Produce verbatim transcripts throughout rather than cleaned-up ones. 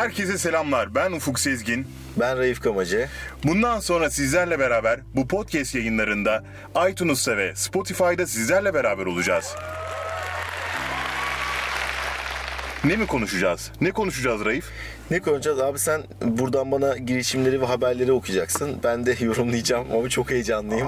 Herkese selamlar. Ben Ufuk Sezgin. Ben Raif Kamacı. Bundan sonra sizlerle beraber bu podcast yayınlarında iTunes'ta ve Spotify'da sizlerle beraber olacağız. Ne mi konuşacağız? Ne konuşacağız Raif? Ne konuşacağız abi, sen buradan bana girişimleri ve haberleri okuyacaksın. Ben de yorumlayacağım ama çok heyecanlıyım.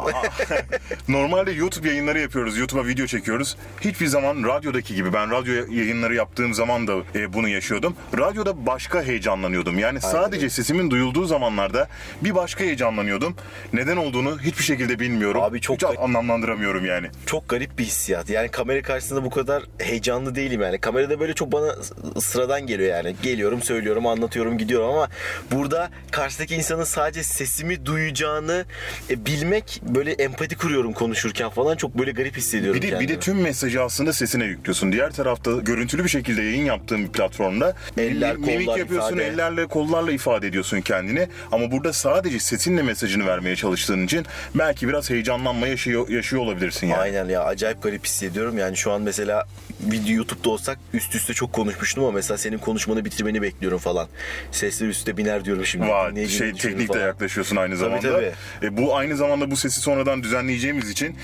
Normalde YouTube yayınları yapıyoruz. YouTube'a video çekiyoruz. Hiçbir zaman radyodaki gibi, ben radyo yayınları yaptığım zaman da e, bunu yaşıyordum. Radyoda başka heyecanlanıyordum. Yani Aynen. sadece sesimin duyulduğu zamanlarda bir başka heyecanlanıyordum. Neden olduğunu hiçbir şekilde bilmiyorum. Abi çok Hiç gar- anlamlandıramıyorum yani. Çok garip bir hissiyat. Yani kamera karşısında bu kadar heyecanlı değilim yani. Kamerada böyle çok bana sıradan geliyor yani. Geliyorum, söylüyorum, anlatıyorum, gidiyorum ama burada karşıdaki insanın sadece sesimi duyacağını e, bilmek, böyle empati kuruyorum konuşurken falan, çok böyle garip hissediyorum bir de, kendimi. Bir de tüm mesajı aslında sesine yüklüyorsun. Diğer tarafta görüntülü bir şekilde yayın yaptığın bir platformda eller, mimik kollar, yapıyorsun, ifade. ellerle, kollarla ifade ediyorsun kendini. Ama burada sadece sesinle mesajını vermeye çalıştığın için belki biraz heyecanlanma yaşıyor, yaşıyor olabilirsin yani. Aynen ya, acayip garip hissediyorum. Yani şu an mesela video YouTube'da olsak üst üste çok konuşmuştum ama mesela senin konuşmanı bitirmeni bekliyorum falan. Sesler üstte biner diyorum şimdi. Vay, şey teknikle yaklaşıyorsun aynı zamanda. Tabii, tabii. E, bu aynı zamanda bu sesi sonradan düzenleyeceğimiz için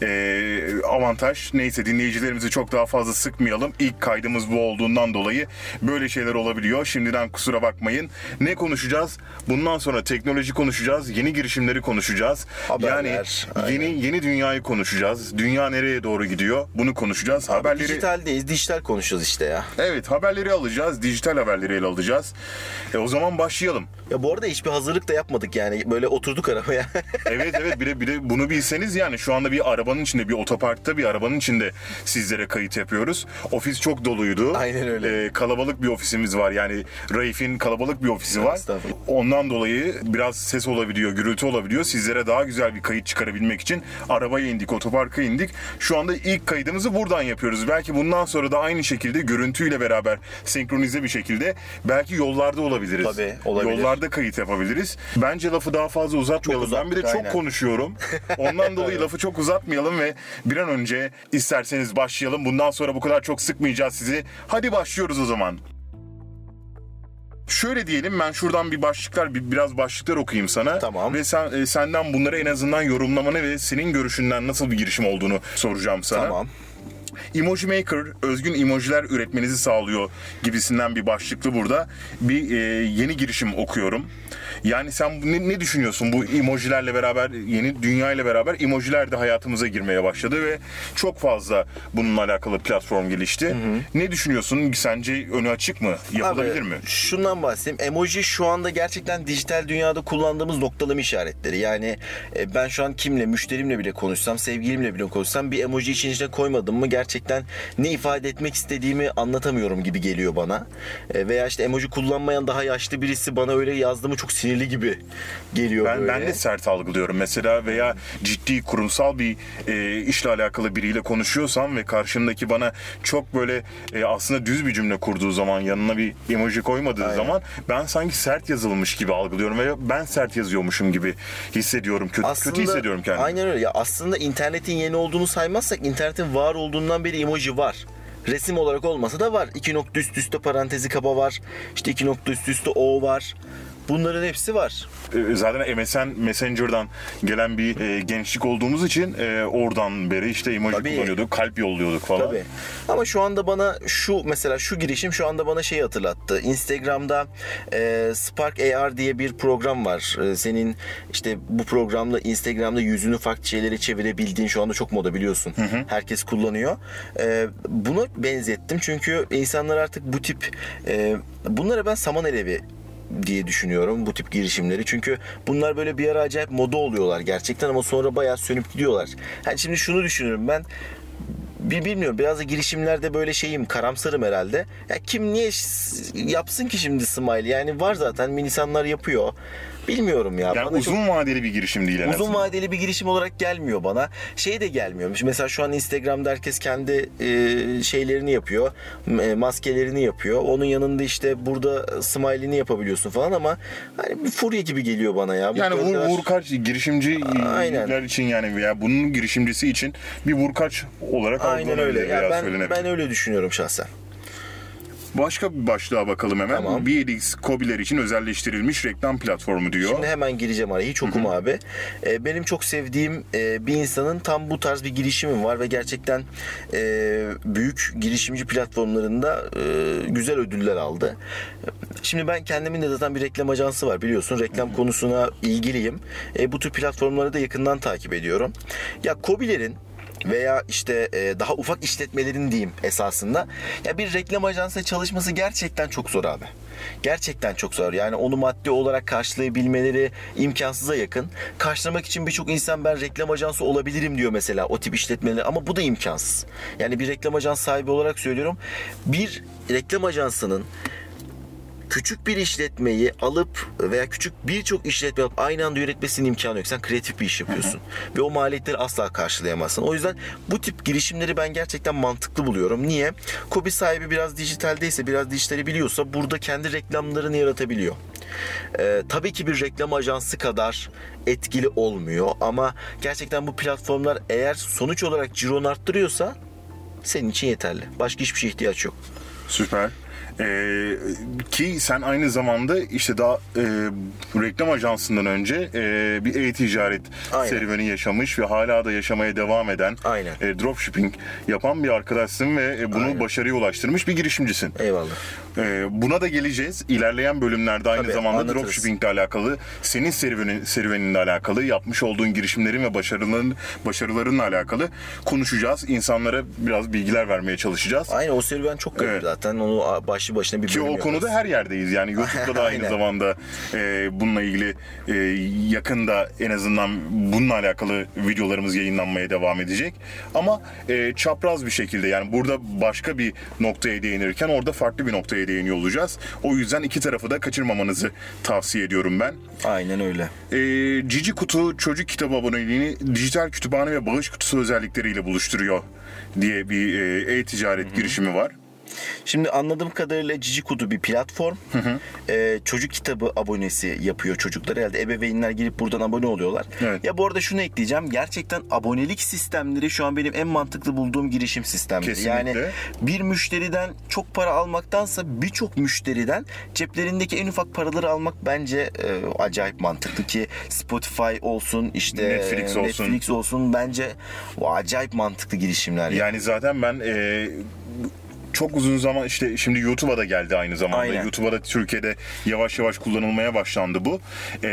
e, avantaj. Neyse, dinleyicilerimizi çok daha fazla sıkmayalım. İlk kaydımız bu olduğundan dolayı böyle şeyler olabiliyor. Şimdiden kusura bakmayın. Ne konuşacağız? Bundan sonra teknoloji konuşacağız. Yeni girişimleri konuşacağız. Haberler. Yani yeni yeni dünyayı konuşacağız. Dünya nereye doğru gidiyor? Bunu konuşacağız. Abi, haberleri dijitaldeyiz. Dijital konuşacağız işte ya. Evet, haberleri alacağız. Dijital haberleri ele alacağız. E, o zaman başlayalım. Ya bu arada hiçbir hazırlık da yapmadık yani. Böyle oturduk arabaya. evet evet bir de, bir de bunu bilseniz yani şu anda bir arabanın içinde, bir otoparkta bir arabanın içinde sizlere kayıt yapıyoruz. Ofis çok doluydu. Aynen öyle. Ee, kalabalık bir ofisimiz var. Yani Raif'in kalabalık bir ofisi var. Ondan dolayı biraz ses olabiliyor, gürültü olabiliyor. Sizlere daha güzel bir kayıt çıkarabilmek için arabaya indik, otoparka indik. Şu anda ilk kaydımızı buradan yapıyoruz. Belki bundan sonra da aynı şekilde görüntüyle beraber senkronize bir şekilde belki yollarda olabiliriz. Tabii, olabilir. Yollarda kayıt yapabiliriz. Bence lafı daha fazla uzatmayalım. Çok ben bir de çok aynen. konuşuyorum. Ondan dolayı lafı çok uzatmayalım ve bir an önce isterseniz başlayalım. Bundan sonra bu kadar çok sıkmayacağız sizi. Hadi başlıyoruz o zaman. Şöyle diyelim, ben şuradan bir başlıklar, bir, biraz başlıklar okuyayım sana. Tamam. Ve sen, e, senden bunları en azından yorumlamanı ve senin görüşünden nasıl bir girişim olduğunu soracağım sana. Tamam. Emoji Maker özgün emojiler üretmenizi sağlıyor gibisinden bir başlıklı burada bir e, yeni girişim okuyorum. Yani sen ne, ne düşünüyorsun bu emojilerle beraber, yeni dünya ile beraber emojiler de hayatımıza girmeye başladı ve çok fazla bununla alakalı platform gelişti. Hı hı. Ne düşünüyorsun? Sence önü açık mı? Yapılabilir Abi, mi? Şundan bahsedeyim. Emoji şu anda gerçekten dijital dünyada kullandığımız noktalama işaretleri. Yani e, ben şu an kimle, müşterimle bile konuşsam, sevgilimle bile konuşsam bir emoji için içine koymadım mı gerçekten ne ifade etmek istediğimi anlatamıyorum gibi geliyor bana. E, veya işte emoji kullanmayan daha yaşlı birisi bana öyle yazdı mı çok sinirli gibi geliyor ben, böyle. Ben de sert algılıyorum mesela, veya ciddi kurumsal bir e, işle alakalı biriyle konuşuyorsam ve karşımdaki bana çok böyle e, aslında düz bir cümle kurduğu zaman, yanına bir emoji koymadığı Aynen. zaman ben sanki sert yazılmış gibi algılıyorum ve ben sert yazıyormuşum gibi hissediyorum. Kötü, aslında, kötü hissediyorum kendimi. Aynen öyle. Ya aslında internetin yeni olduğunu saymazsak internetin var olduğundan beri emoji var. Resim olarak olmasa da var. İki nokta üst üste parantezi kaba var. İşte iki nokta üst üste o var. Bunların hepsi var. Zaten M S N Messenger'dan gelen bir e, gençlik olduğumuz için e, oradan beri işte emoji Tabii. kullanıyorduk, kalp yolluyorduk falan. Tabii. Ama şu anda bana şu mesela şu girişim şu anda bana şeyi hatırlattı. Instagram'da e, Spark A R diye bir program var. E, senin işte bu programla Instagram'da yüzünü farklı şeylere çevirebildiğin şu anda çok moda, biliyorsun. Hı hı. Herkes kullanıyor. E, bunu benzettim çünkü insanlar artık bu tip e, bunlara ben saman alevi diye düşünüyorum, bu tip girişimleri. Çünkü bunlar böyle bir ara acayip moda oluyorlar gerçekten ama sonra bayağı sönüp gidiyorlar. Yani şimdi şunu düşünüyorum ben, bir bilmiyorum, biraz da girişimlerde böyle şeyim, karamsarım herhalde. Ya kim niye yapsın ki şimdi smile? Yani var zaten, insanlar yapıyor. Bilmiyorum ya. Yani bana uzun çok... vadeli bir girişim değil en Uzun azından. vadeli bir girişim olarak gelmiyor bana. Şey de gelmiyor. Mesela şu an Instagram'da herkes kendi e, şeylerini yapıyor. E, maskelerini yapıyor. Onun yanında işte burada smile'ini yapabiliyorsun falan ama hani bir furya gibi geliyor bana ya. Bu yani vur, kadar... vurkaç girişimciler için yani veya bunun girişimcisi için bir vurkaç olarak Aynen öyle. Yani ben, ben öyle düşünüyorum şahsen. Başka bir başlığa bakalım hemen. Tamam. B yedi X KOBİ'ler için özelleştirilmiş reklam platformu diyor. Şimdi hemen gireceğim araya. Hiç okuma Hı-hı. abi. Ee, benim çok sevdiğim e, bir insanın tam bu tarz bir girişimi var ve gerçekten e, büyük girişimci platformlarında e, güzel ödüller aldı. Şimdi ben kendimin de zaten bir reklam ajansı var biliyorsun. Reklam Hı-hı. konusuna ilgiliyim. E, bu tür platformları da yakından takip ediyorum. Ya KOBİ'lerin veya işte e, daha ufak işletmelerin diyeyim esasında. Ya bir reklam ajansı çalışması gerçekten çok zor abi. Gerçekten çok zor. Yani onu maddi olarak karşılayabilmeleri imkansıza yakın. Karşılamak için birçok insan ben reklam ajansı olabilirim diyor mesela o tip işletmeler ama bu da imkansız. Yani bir reklam ajans sahibi olarak söylüyorum. Bir reklam ajansının küçük bir işletmeyi alıp veya küçük birçok işletme alıp aynı anda yönetmesinin imkanı yok. Sen kreatif bir iş yapıyorsun. Ve o maliyetleri asla karşılayamazsın. O yüzden bu tip girişimleri ben gerçekten mantıklı buluyorum. Niye? KOBİ sahibi biraz dijitaldeyse, biraz dijitali biliyorsa burada kendi reklamlarını yaratabiliyor. Ee, tabii ki bir reklam ajansı kadar etkili olmuyor ama gerçekten bu platformlar eğer sonuç olarak cironu arttırıyorsa senin için yeterli. Başka hiçbir şeye ihtiyaç yok. Süper. Ee, ki sen aynı zamanda işte daha e, reklam ajansından önce e, bir e-ticaret Aynen. serüveni yaşamış ve hala da yaşamaya devam eden e, dropshipping yapan bir arkadaşsın ve e, bunu Aynen. başarıya ulaştırmış bir girişimcisin. Eyvallah. E, buna da geleceğiz. İlerleyen bölümlerde aynı Tabii, zamanda anlatırız. dropshipping ile alakalı, senin serüvenin, serüveninle alakalı, yapmış olduğun girişimlerin ve başarıların başarılarınla alakalı konuşacağız. İnsanlara biraz bilgiler vermeye çalışacağız. Aynen, o serüven çok garip evet. zaten. Onu başlı başına bir bölüm Ki o yaparız. konuda her yerdeyiz. Yani YouTube'da da aynı zamanda e, bununla ilgili e, yakında en azından bununla alakalı videolarımız yayınlanmaya devam edecek. Ama e, çapraz bir şekilde, yani burada başka bir noktaya değinirken orada farklı bir noktaya değiniyor olacağız. O yüzden iki tarafı da kaçırmamanızı tavsiye ediyorum ben. Aynen öyle. E, Cici Kutu çocuk kitabı aboneliğini dijital kütüphane ve bağış kutusu özellikleriyle buluşturuyor diye bir e, e-ticaret Hı-hı. girişimi var. Şimdi anladığım kadarıyla Cici Kutu bir platform. Hı hı. Ee, çocuk kitabı abonesi yapıyor çocuklar. Herhalde ebeveynler girip buradan abone oluyorlar. Evet. Ya bu arada şunu ekleyeceğim. Gerçekten abonelik sistemleri şu an benim en mantıklı bulduğum girişim sistemleri. Kesinlikle. Yani bir müşteriden çok para almaktansa birçok müşteriden ceplerindeki en ufak paraları almak bence e, acayip mantıklı ki Spotify olsun, işte Netflix olsun. Netflix olsun bence o acayip mantıklı girişimler. Yani, yani zaten ben e, çok uzun zaman işte şimdi YouTube'a da geldi aynı zamanda. Aynen. YouTube'a da Türkiye'de yavaş yavaş kullanılmaya başlandı bu.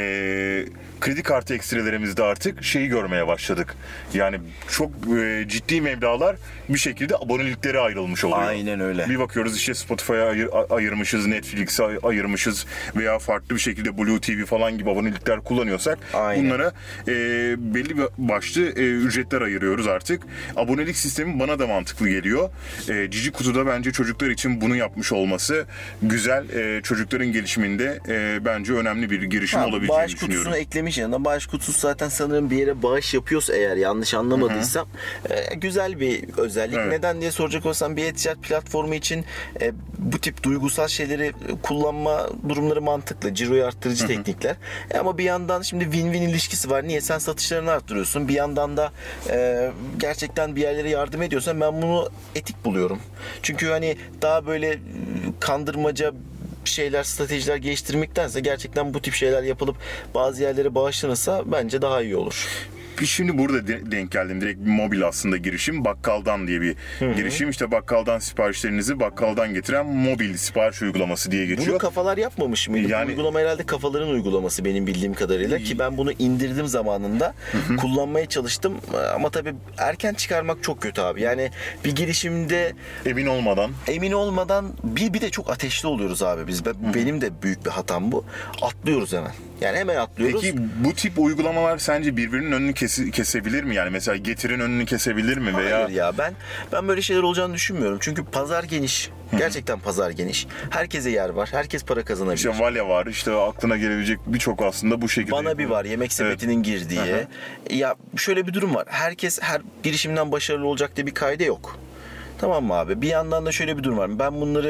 Ee, kredi kartı ekstrelerimizde artık şeyi görmeye başladık. Yani çok e, ciddi meblağlar bir şekilde aboneliklere ayrılmış oluyor. Aynen öyle. Bir bakıyoruz işte Spotify'a ayır, ayırmışız, Netflix'e ayırmışız veya farklı bir şekilde Blue T V falan gibi abonelikler kullanıyorsak Aynen. bunlara e, belli başlı e, ücretler ayırıyoruz artık. Abonelik sistemi bana da mantıklı geliyor. E, Cici Kutu'da bence çocuklar için bunu yapmış olması güzel. E, çocukların gelişiminde e, bence önemli bir girişim ha, olabileceğini bağış düşünüyorum. Bağış kutusunu eklemiş yanına. Bağış kutusu zaten sanırım bir yere bağış yapıyorsa eğer yanlış anlamadıysam e, güzel bir özellik. Evet. Neden diye soracak olsam bir e-ticaret platformu için e, bu tip duygusal şeyleri kullanma durumları mantıklı. Ciroyu arttırıcı Hı-hı. teknikler. E, ama bir yandan şimdi win-win ilişkisi var. Niye? Sen satışlarını arttırıyorsun. Bir yandan da e, gerçekten bir yerlere yardım ediyorsan ben bunu etik buluyorum. Çünkü hani daha böyle kandırmaca şeyler, stratejiler geliştirmektense gerçekten bu tip şeyler yapılıp bazı yerlere bağışlanırsa bence daha iyi olur. Şimdi burada de, denk geldim. Direkt bir mobil aslında girişim. Bakkaldan diye bir Hı-hı. girişim. İşte bakkaldan siparişlerinizi bakkaldan getiren mobil sipariş uygulaması diye geçiyor. Bunu kafalar yapmamış mıydı? Yani, bu uygulama herhalde kafaların uygulaması benim bildiğim kadarıyla. Ki ben bunu indirdim zamanında. Hı-hı. Kullanmaya çalıştım. Ama tabii erken çıkarmak çok kötü abi. Yani bir girişimde emin olmadan. Emin olmadan bir, bir de çok ateşli oluyoruz abi biz. Hı-hı. Benim de büyük bir hatam bu. Atlıyoruz hemen. Yani hemen atlıyoruz. Peki bu tip uygulamalar sence birbirinin önünü kes- kesebilir mi? Yani mesela Getir'in önünü kesebilir mi? Veya... Hayır ya ben ben böyle şeyler olacağını düşünmüyorum. Çünkü pazar geniş. Gerçekten pazar geniş. Herkese yer var. Herkes para kazanabilir. İşte Valya var. İşte aklına gelebilecek birçok aslında bu şekilde. Bana bir var. Yemek sepetinin evet. girdiği. Hı-hı. Ya şöyle bir durum var. Herkes her girişimden başarılı olacak diye bir kaide yok. Tamam mı abi? Bir yandan da şöyle bir durum var. Ben bunları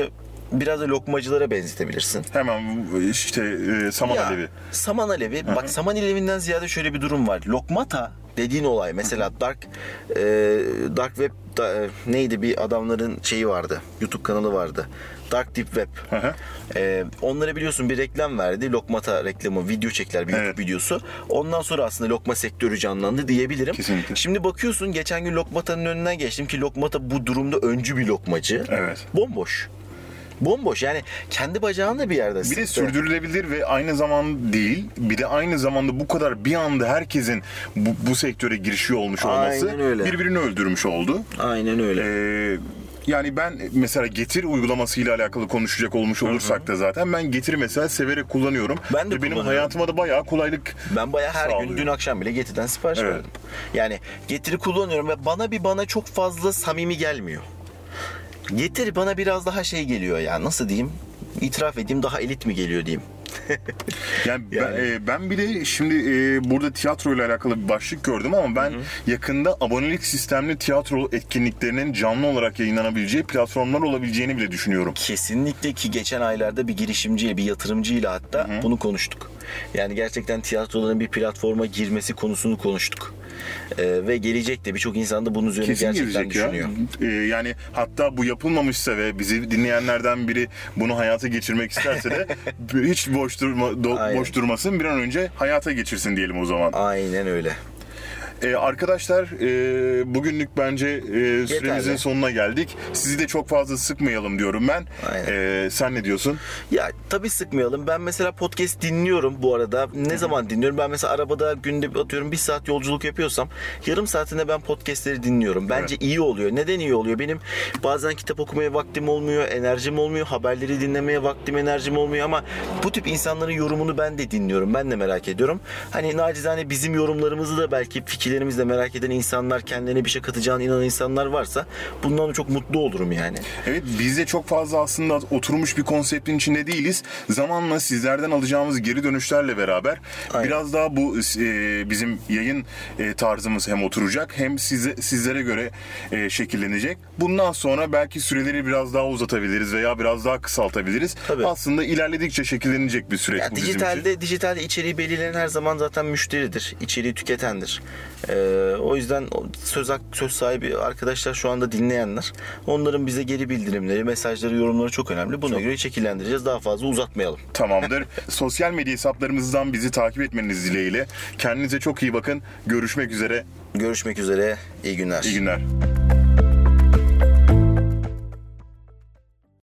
biraz da lokmacılara benzetebilirsin. Hemen işte e, saman Ya, alevi. Saman alevi. Bak saman alevinden ziyade şöyle bir durum var. Lokmata dediğin olay mesela dark e, dark web da, e, neydi bir adamların şeyi vardı. YouTube kanalı vardı. Dark Deep Web. Hı hı. Ee, onlara biliyorsun bir reklam verdi. Lokmata reklamı, video çektiler, bir YouTube Evet. videosu. Ondan sonra aslında lokma sektörü canlandı diyebilirim. Kesinlikle. Şimdi bakıyorsun geçen gün Lokmata'nın önünden geçtim ki Lokmata bu durumda öncü bir lokmacı. Evet. Bomboş. Bomboş yani kendi bacağında bir yerde Bir de sıktı. sürdürülebilir ve aynı zaman değil, bir de aynı zamanda bu kadar bir anda herkesin bu, bu sektöre girişi olmuş olması Aynen öyle. birbirini öldürmüş oldu. Aynen öyle. Ee, yani ben mesela Getir uygulamasıyla alakalı konuşacak olmuş olursak da zaten ben Getir mesela severek kullanıyorum. Ben de Ve benim kullanıyorum. hayatıma da bayağı kolaylık Ben bayağı her sağlıyor. gün dün akşam bile Getir'den sipariş Evet. verdim. Yani Getir'i kullanıyorum ve bana bir bana çok fazla samimi gelmiyor. Getir bana biraz daha şey geliyor ya nasıl diyeyim? İtiraf edeyim daha elit mi geliyor diyeyim. Yani, Yani. Ben, e, ben bir de şimdi e, burada tiyatro ile alakalı bir başlık gördüm ama ben yakında abonelik sistemli tiyatro etkinliklerinin canlı olarak yayınlanabileceği platformlar olabileceğini bile düşünüyorum. Kesinlikle ki geçen aylarda bir girişimciyle, bir yatırımcıyla hatta Hı-hı. bunu konuştuk. Yani gerçekten tiyatroların bir platforma girmesi konusunu konuştuk. Ee, ve gelecekte birçok insan da bunun üzerine Kesin gerçekten gelecek ya. düşünüyor. Ee, yani hatta bu yapılmamışsa ve bizi dinleyenlerden biri bunu hayata geçirmek isterse de hiç boş durma do- Aynen. boş durmasın, bir an önce hayata geçirsin diyelim o zaman. Aynen öyle. Ee, arkadaşlar e, bugünlük bence e, süremizin Yeterli. sonuna geldik. Sizi de çok fazla sıkmayalım diyorum ben. Aynen. Ee, sen ne diyorsun? Ya tabii sıkmayalım. Ben mesela podcast dinliyorum bu arada. Ne zaman dinliyorum? Ben mesela arabada günde atıyorum bir saat yolculuk yapıyorsam yarım saatinde ben podcastleri dinliyorum. Bence Evet. iyi oluyor. Neden iyi oluyor? Benim bazen kitap okumaya vaktim olmuyor, enerjim olmuyor, haberleri dinlemeye vaktim, enerjim olmuyor ama bu tip insanların yorumunu ben de dinliyorum. Ben de merak ediyorum. Hani nacizane bizim yorumlarımızı da belki fikirlerimizle merak eden insanlar, kendilerine bir şey katacağına inanan insanlar varsa bundan çok mutlu olurum yani. Evet, biz de çok fazla aslında oturmuş bir konseptin içinde değiliz. Zamanla sizlerden alacağımız geri dönüşlerle beraber Aynen. biraz daha bu e, bizim yayın e, tarzımız hem oturacak hem size, sizlere göre e, şekillenecek. Bundan sonra belki süreleri biraz daha uzatabiliriz veya biraz daha kısaltabiliriz. Tabii. Aslında ilerledikçe şekillenecek bir süreç Ya bu bizim için. dijitalde, dijitalde içeriği belirleyen her zaman zaten müşteridir. İçeriği tüketendir. Ee, o yüzden söz, söz sahibi arkadaşlar şu anda dinleyenler. Onların bize geri bildirimleri, mesajları, yorumları çok önemli. Buna Çok. göre şekillendireceğiz. Daha fazla uzatmayalım. Tamamdır. Sosyal medya hesaplarımızdan bizi takip etmeniz dileğiyle. Kendinize çok iyi bakın. Görüşmek üzere. Görüşmek üzere. İyi günler. İyi günler.